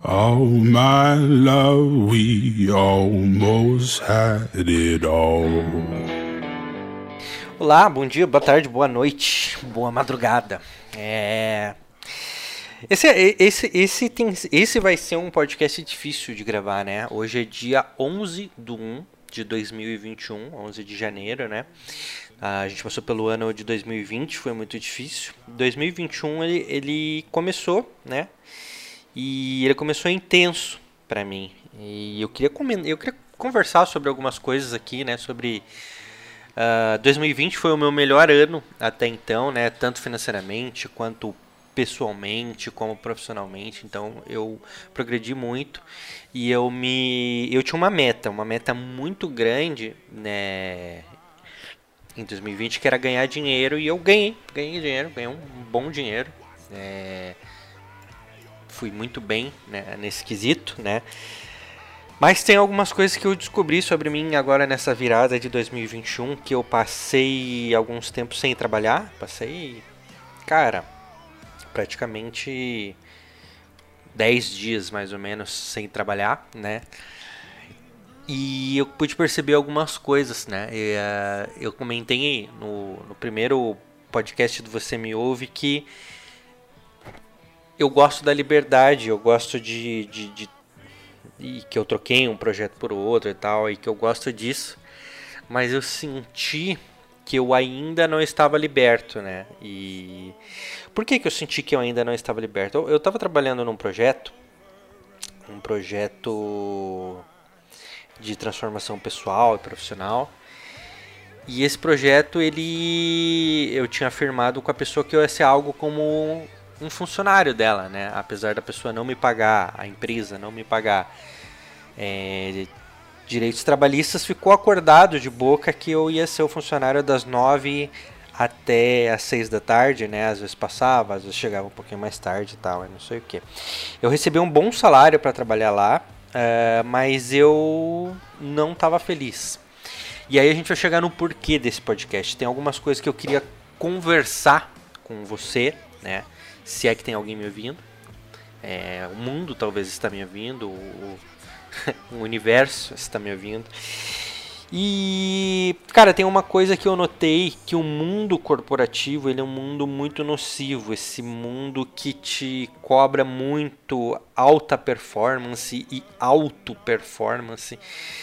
Oh, my love, we almost had it all. Olá, bom dia, boa tarde, boa noite, boa madrugada. Esse vai ser um podcast difícil de gravar, né? Hoje é dia 11/1/2021, 11 de janeiro, né? A gente passou pelo ano de 2020, foi muito difícil. 2021 ele começou, né? E ele começou intenso pra mim. E eu queria conversar sobre algumas coisas aqui, né? Sobre 2020 foi o meu melhor ano até então, né? Tanto financeiramente quanto pessoalmente como profissionalmente. Então eu progredi muito e eu tinha uma meta muito grande, né? Em 2020 que era ganhar dinheiro e eu ganhei dinheiro, ganhei um bom dinheiro. Fui muito bem, né, nesse quesito, né? Mas tem algumas coisas que eu descobri sobre mim agora nessa virada de 2021, que eu passei alguns tempos sem trabalhar. Passei, cara, praticamente 10 dias mais ou menos sem trabalhar, né? E eu pude perceber algumas coisas, né? Eu comentei no primeiro podcast do Você Me Ouve que eu gosto da liberdade, eu gosto de e que eu troquei um projeto por outro e tal, e que eu gosto disso, mas eu senti que eu ainda não estava liberto, né? E por que eu senti que eu ainda não estava liberto? Eu estava trabalhando num projeto de transformação pessoal e profissional. E esse projeto eu tinha afirmado com a pessoa que eu ia ser algo como um funcionário dela, né? Apesar da pessoa não me pagar, a empresa não me pagar direitos trabalhistas, ficou acordado de boca que eu ia ser o funcionário das 9 até as 6 da tarde, né? Às vezes passava, às vezes chegava um pouquinho mais tarde e tal, não sei o que. Eu recebi um bom salário para trabalhar lá, mas eu não estava feliz. E aí a gente vai chegar no porquê desse podcast. Tem algumas coisas que eu queria conversar com você, né? Se é que tem alguém me ouvindo. O mundo talvez está me ouvindo. O universo está me ouvindo. E, cara, tem uma coisa que eu notei, que o mundo corporativo, ele é um mundo muito nocivo. Esse mundo que te cobra muito alta performance e auto performance.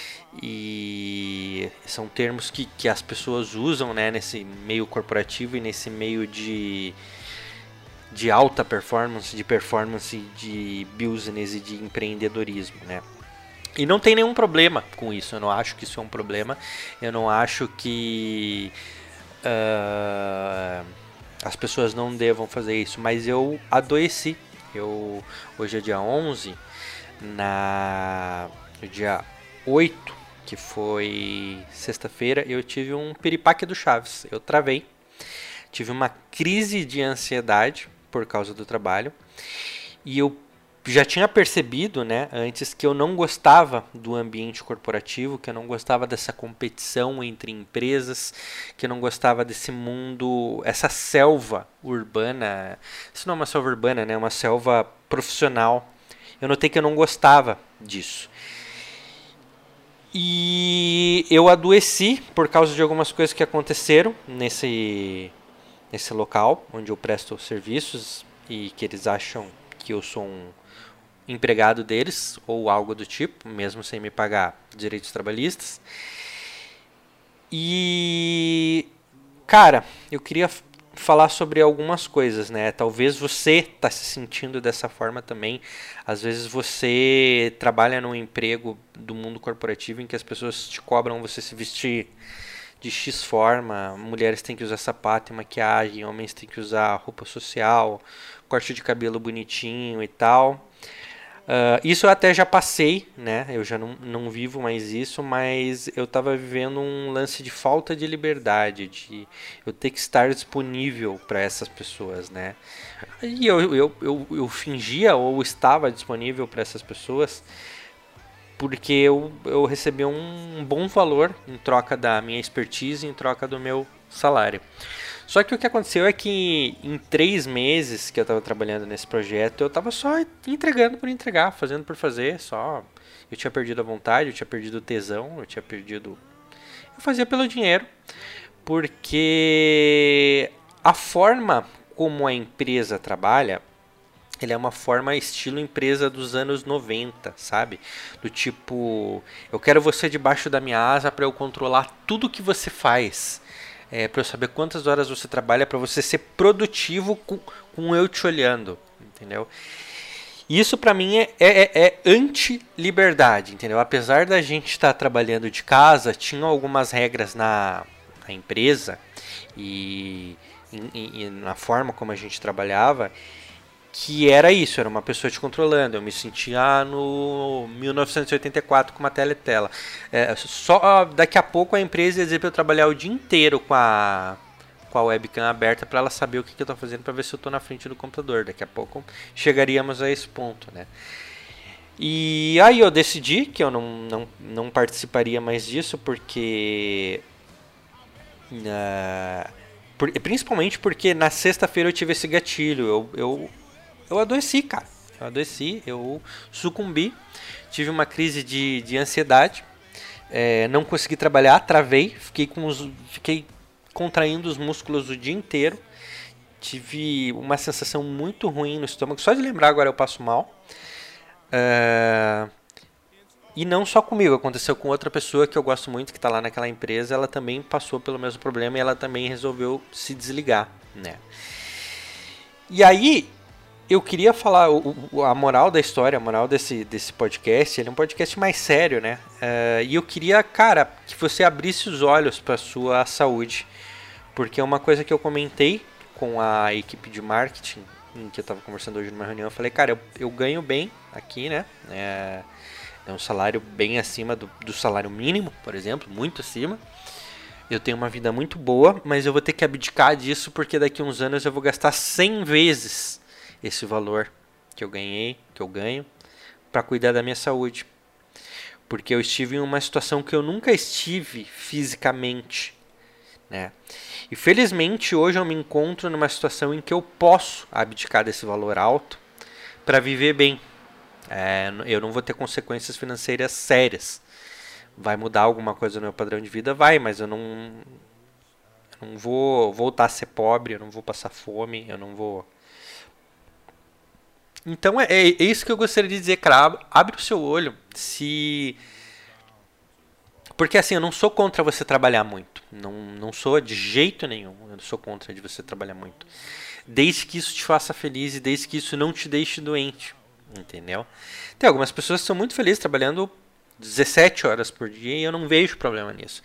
E são termos que as pessoas usam, né, nesse meio corporativo e nesse meio de alta performance, de business e de empreendedorismo, né? E não tem nenhum problema com isso, eu não acho que isso é um problema, eu não acho que as pessoas não devam fazer isso, mas eu adoeci. Hoje é dia 11, no dia 8, que foi sexta-feira, eu tive um piripaque do Chaves. Eu travei, tive uma crise de ansiedade por causa do trabalho, e eu já tinha percebido, né, antes, que eu não gostava do ambiente corporativo, que eu não gostava dessa competição entre empresas, que eu não gostava desse mundo, essa selva urbana. Isso não é uma selva urbana, né, é uma selva profissional. Eu notei que eu não gostava disso. E eu adoeci por causa de algumas coisas que aconteceram nesse local onde eu presto serviços e que eles acham que eu sou um empregado deles ou algo do tipo, mesmo sem me pagar direitos trabalhistas. E, cara, eu queria falar sobre algumas coisas, né? Talvez você está se sentindo dessa forma também. Às vezes você trabalha num emprego do mundo corporativo em que as pessoas te cobram você se vestir de X forma. Mulheres têm que usar sapato e maquiagem, homens têm que usar roupa social, corte de cabelo bonitinho e tal. Isso eu até já passei, né? Eu já não vivo mais isso, mas eu estava vivendo um lance de falta de liberdade, de eu ter que estar disponível para essas pessoas, né? E eu fingia ou estava disponível para essas pessoas porque eu recebi um bom valor em troca da minha expertise, em troca do meu salário. Só que o que aconteceu é que em 3 meses que eu estava trabalhando nesse projeto, eu estava só entregando por entregar, fazendo por fazer, só. Eu tinha perdido a vontade, eu tinha perdido o tesão, eu tinha perdido... Eu fazia pelo dinheiro, porque a forma como a empresa trabalha, ele é uma forma estilo empresa dos anos 90, sabe? Do tipo, eu quero você debaixo da minha asa para eu controlar tudo que você faz. Para eu saber quantas horas você trabalha, para você ser produtivo com eu te olhando, entendeu? Isso para mim é anti-liberdade, entendeu? Apesar da gente estar trabalhando de casa, tinham algumas regras na empresa e na forma como a gente trabalhava, que era isso, era uma pessoa te controlando. Eu me sentia no 1984 com uma teletela. Só daqui a pouco a empresa ia dizer para eu trabalhar o dia inteiro com a webcam aberta para ela saber o que eu estou fazendo, para ver se eu estou na frente do computador. Daqui a pouco chegaríamos a esse ponto, né? E aí eu decidi que eu não participaria mais disso, porque... principalmente porque na sexta-feira eu tive esse gatilho. Eu adoeci, cara. Eu adoeci, eu sucumbi, tive uma crise de ansiedade, não consegui trabalhar, travei, fiquei contraindo os músculos o dia inteiro, tive uma sensação muito ruim no estômago, só de lembrar agora eu passo mal. E não só comigo, aconteceu com outra pessoa que eu gosto muito, que está lá naquela empresa, ela também passou pelo mesmo problema e ela também resolveu se desligar, né? E aí... eu queria falar a moral da história, a moral desse podcast. Ele é um podcast mais sério, né? E eu queria, cara, que você abrisse os olhos para sua saúde, porque é uma coisa que eu comentei com a equipe de marketing, em que eu estava conversando hoje numa reunião. Eu falei, cara, eu ganho bem aqui, né? É um salário bem acima do salário mínimo, por exemplo, muito acima. Eu tenho uma vida muito boa, mas eu vou ter que abdicar disso, porque daqui a uns anos eu vou gastar 100 vezes esse valor que eu ganho, para cuidar da minha saúde. Porque eu estive em uma situação que eu nunca estive fisicamente, né? E felizmente hoje eu me encontro numa situação em que eu posso abdicar desse valor alto para viver bem. Eu não vou ter consequências financeiras sérias. Vai mudar alguma coisa no meu padrão de vida? Vai, mas eu não vou voltar a ser pobre, eu não vou passar fome, eu não vou... Então é isso que eu gostaria de dizer, cara. Abre o seu olho. Porque assim, eu não sou contra você trabalhar muito. Não sou de jeito nenhum. Eu não sou contra de você trabalhar muito. Desde que isso te faça feliz e desde que isso não te deixe doente. Entendeu? Tem algumas pessoas que são muito felizes trabalhando 17 horas por dia e eu não vejo problema nisso.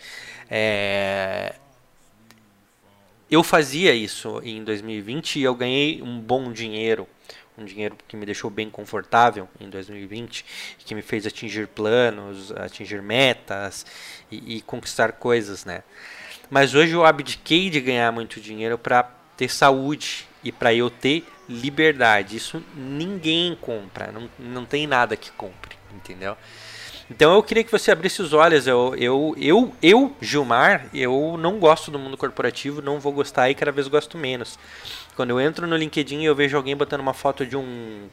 Eu fazia isso em 2020 e eu ganhei um bom dinheiro. Um dinheiro que me deixou bem confortável em 2020, que me fez atingir planos, atingir metas e conquistar coisas, né? Mas hoje eu abdiquei de ganhar muito dinheiro para ter saúde e para eu ter liberdade. Isso ninguém compra, não tem nada que compre, entendeu? Então eu queria que você abrisse os olhos. Eu, Gilmar, eu não gosto do mundo corporativo, não vou gostar e cada vez gosto menos. Quando eu entro no LinkedIn e eu vejo alguém botando uma foto de um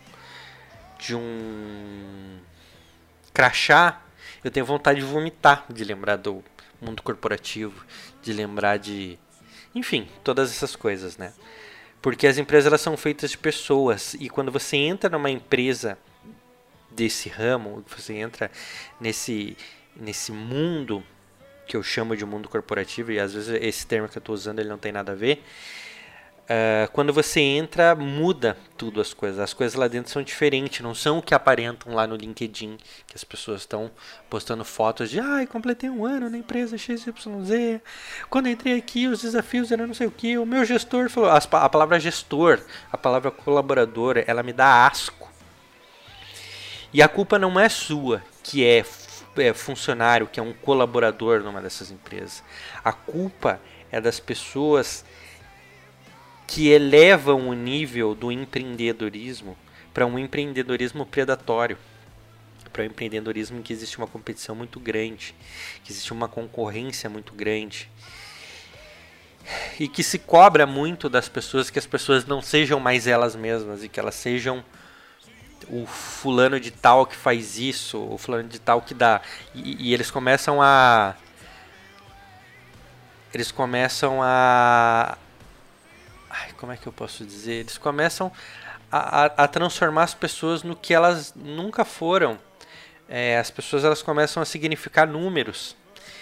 crachá, eu tenho vontade de vomitar, de lembrar do mundo corporativo, de lembrar de... enfim, todas essas coisas, né? Porque as empresas elas são feitas de pessoas e quando você entra numa empresa desse ramo, você entra nesse mundo que eu chamo de mundo corporativo, e às vezes esse termo que eu estou usando ele não tem nada a ver. Quando você entra, muda tudo as coisas lá dentro são diferentes, não são o que aparentam lá no LinkedIn, que as pessoas estão postando fotos de completei 1 ano na empresa XYZ, quando entrei aqui os desafios eram não sei o que, o meu gestor falou, a palavra gestor, a palavra colaborador, ela me dá asco. E a culpa não é sua, que é funcionário, que é um colaborador numa dessas empresas. A culpa é das pessoas que elevam o nível do empreendedorismo para um empreendedorismo predatório, para um empreendedorismo em que existe uma competição muito grande, que existe uma concorrência muito grande. e que se cobra muito das pessoas que as pessoas não sejam mais elas mesmas e que elas sejam o fulano de tal que faz isso, o fulano de tal que dá. E eles começam a... Ai, como é que eu posso dizer? Eles começam a transformar as pessoas no que elas nunca foram. As pessoas elas começam a significar números.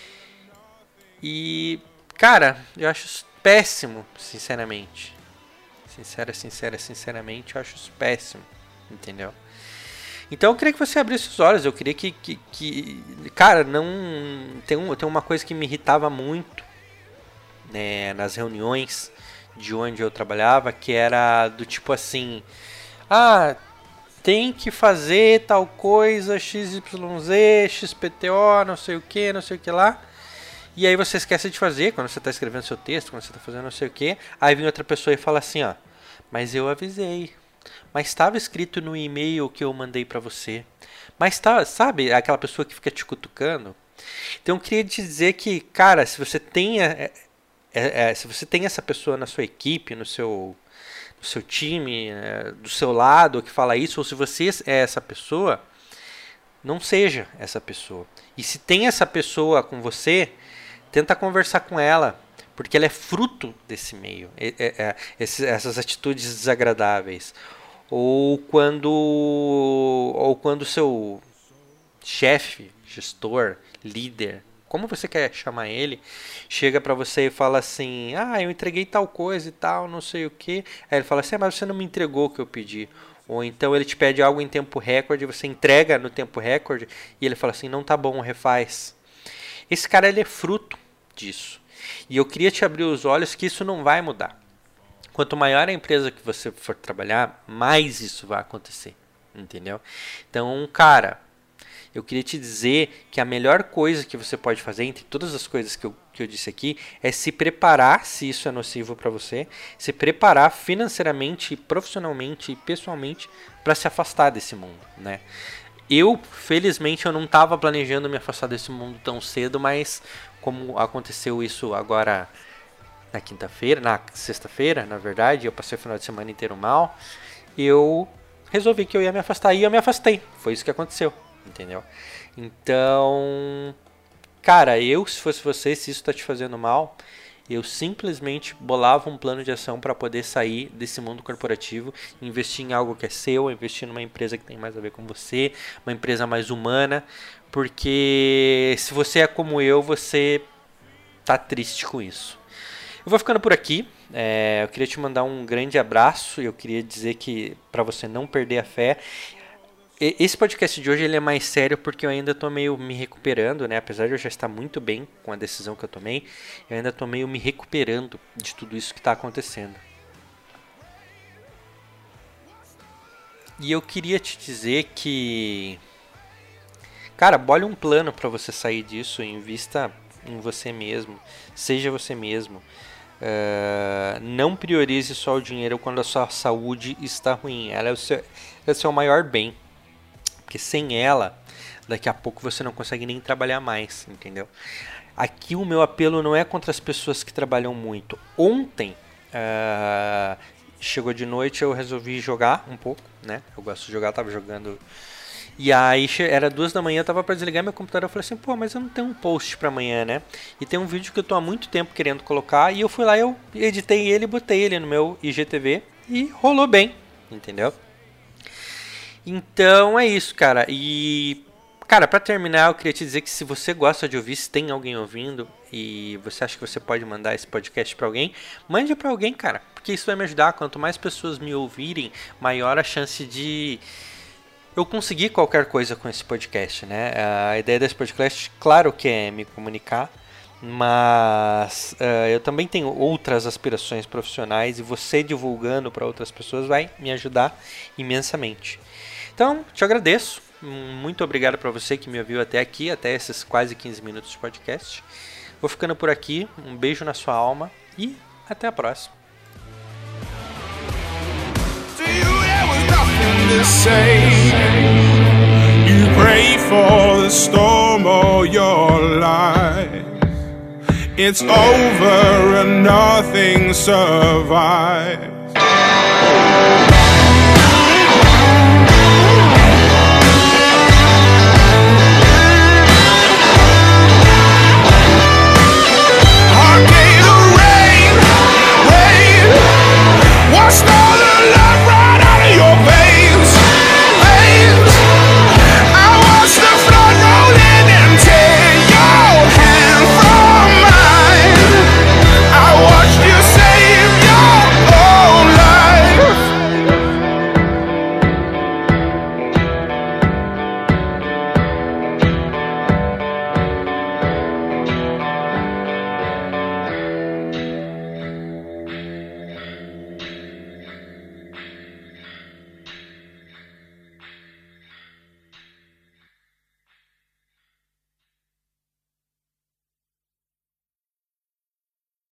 E, cara, eu acho isso péssimo, sinceramente. Sinceramente, eu acho isso péssimo. Entendeu? Então eu queria que você abrisse os olhos. Eu queria que cara, não... Tem uma coisa que me irritava muito, né, nas reuniões de onde eu trabalhava, que era do tipo assim... tem que fazer tal coisa, XYZ, XPTO, não sei o que lá. E aí você esquece de fazer quando você está escrevendo seu texto, quando você está fazendo não sei o que. Aí vem outra pessoa e fala assim, ó... Mas eu avisei. Mas estava escrito no e-mail que eu mandei para você. Mas tá, sabe, aquela pessoa que fica te cutucando? Então eu queria te dizer que, cara, se você tem essa pessoa na sua equipe, no seu time, do seu lado, que fala isso, ou se você é essa pessoa, não seja essa pessoa. E se tem essa pessoa com você, tenta conversar com ela, porque ela é fruto desse meio, essas atitudes desagradáveis. Ou quando seu chefe, gestor, líder, como você quer chamar ele, chega pra você e fala assim, eu entreguei tal coisa e tal, não sei o que. Aí ele fala assim, mas você não me entregou o que eu pedi. Ou então ele te pede algo em tempo recorde, você entrega no tempo recorde, e ele fala assim, não tá bom, refaz. Esse cara, ele é fruto disso. E eu queria te abrir os olhos que isso não vai mudar. Quanto maior a empresa que você for trabalhar, mais isso vai acontecer, entendeu? Então, cara, eu queria te dizer que a melhor coisa que você pode fazer, entre todas as coisas que eu disse aqui, é se preparar, se isso é nocivo para você, se preparar financeiramente, profissionalmente e pessoalmente para se afastar desse mundo, né? Felizmente, eu não estava planejando me afastar desse mundo tão cedo, mas como aconteceu isso agora... na sexta-feira, na verdade, eu passei o final de semana inteiro mal, eu resolvi que eu ia me afastar e eu me afastei. Foi isso que aconteceu, entendeu? Então, cara, se fosse você, se isso tá te fazendo mal, eu simplesmente bolava um plano de ação para poder sair desse mundo corporativo, investir em algo que é seu, investir numa empresa que tem mais a ver com você, uma empresa mais humana, porque se você é como você tá triste com isso. Eu vou ficando por aqui, eu queria te mandar um grande abraço, eu queria dizer que para você não perder a fé. Esse podcast de hoje ele é mais sério porque eu ainda estou meio me recuperando, né? Apesar de eu já estar muito bem com a decisão que eu tomei, eu ainda estou meio me recuperando de tudo isso que está acontecendo. E eu queria te dizer que, cara, bole um plano para você sair disso, invista em você mesmo, seja você mesmo. Não priorize só o dinheiro quando a sua saúde está ruim. Ela é o seu maior bem, porque sem ela daqui a pouco você não consegue nem trabalhar mais, entendeu? Aqui o meu apelo não é contra as pessoas que trabalham muito. Ontem chegou de noite, eu resolvi jogar um pouco, né? Eu gosto de jogar, tava jogando. E aí era 2 da manhã, eu tava pra desligar meu computador, eu falei assim, mas eu não tenho um post pra amanhã, né? E tem um vídeo que eu tô há muito tempo querendo colocar, e eu fui lá, eu editei ele, botei ele no meu IGTV, e rolou bem, entendeu? Então é isso, cara. E, cara, pra terminar, eu queria te dizer que se você gosta de ouvir, se tem alguém ouvindo, e você acha que você pode mandar esse podcast pra alguém, mande pra alguém, cara, porque isso vai me ajudar. Quanto mais pessoas me ouvirem, maior a chance de eu consegui qualquer coisa com esse podcast, né? A ideia desse podcast, claro que é me comunicar, mas eu também tenho outras aspirações profissionais e você divulgando para outras pessoas vai me ajudar imensamente. Então, te agradeço. Muito obrigado para você que me ouviu até aqui, até esses quase 15 minutos de podcast. Vou ficando por aqui. Um beijo na sua alma e até a próxima. To say you pray for the storm of your life. It's over and nothing survives.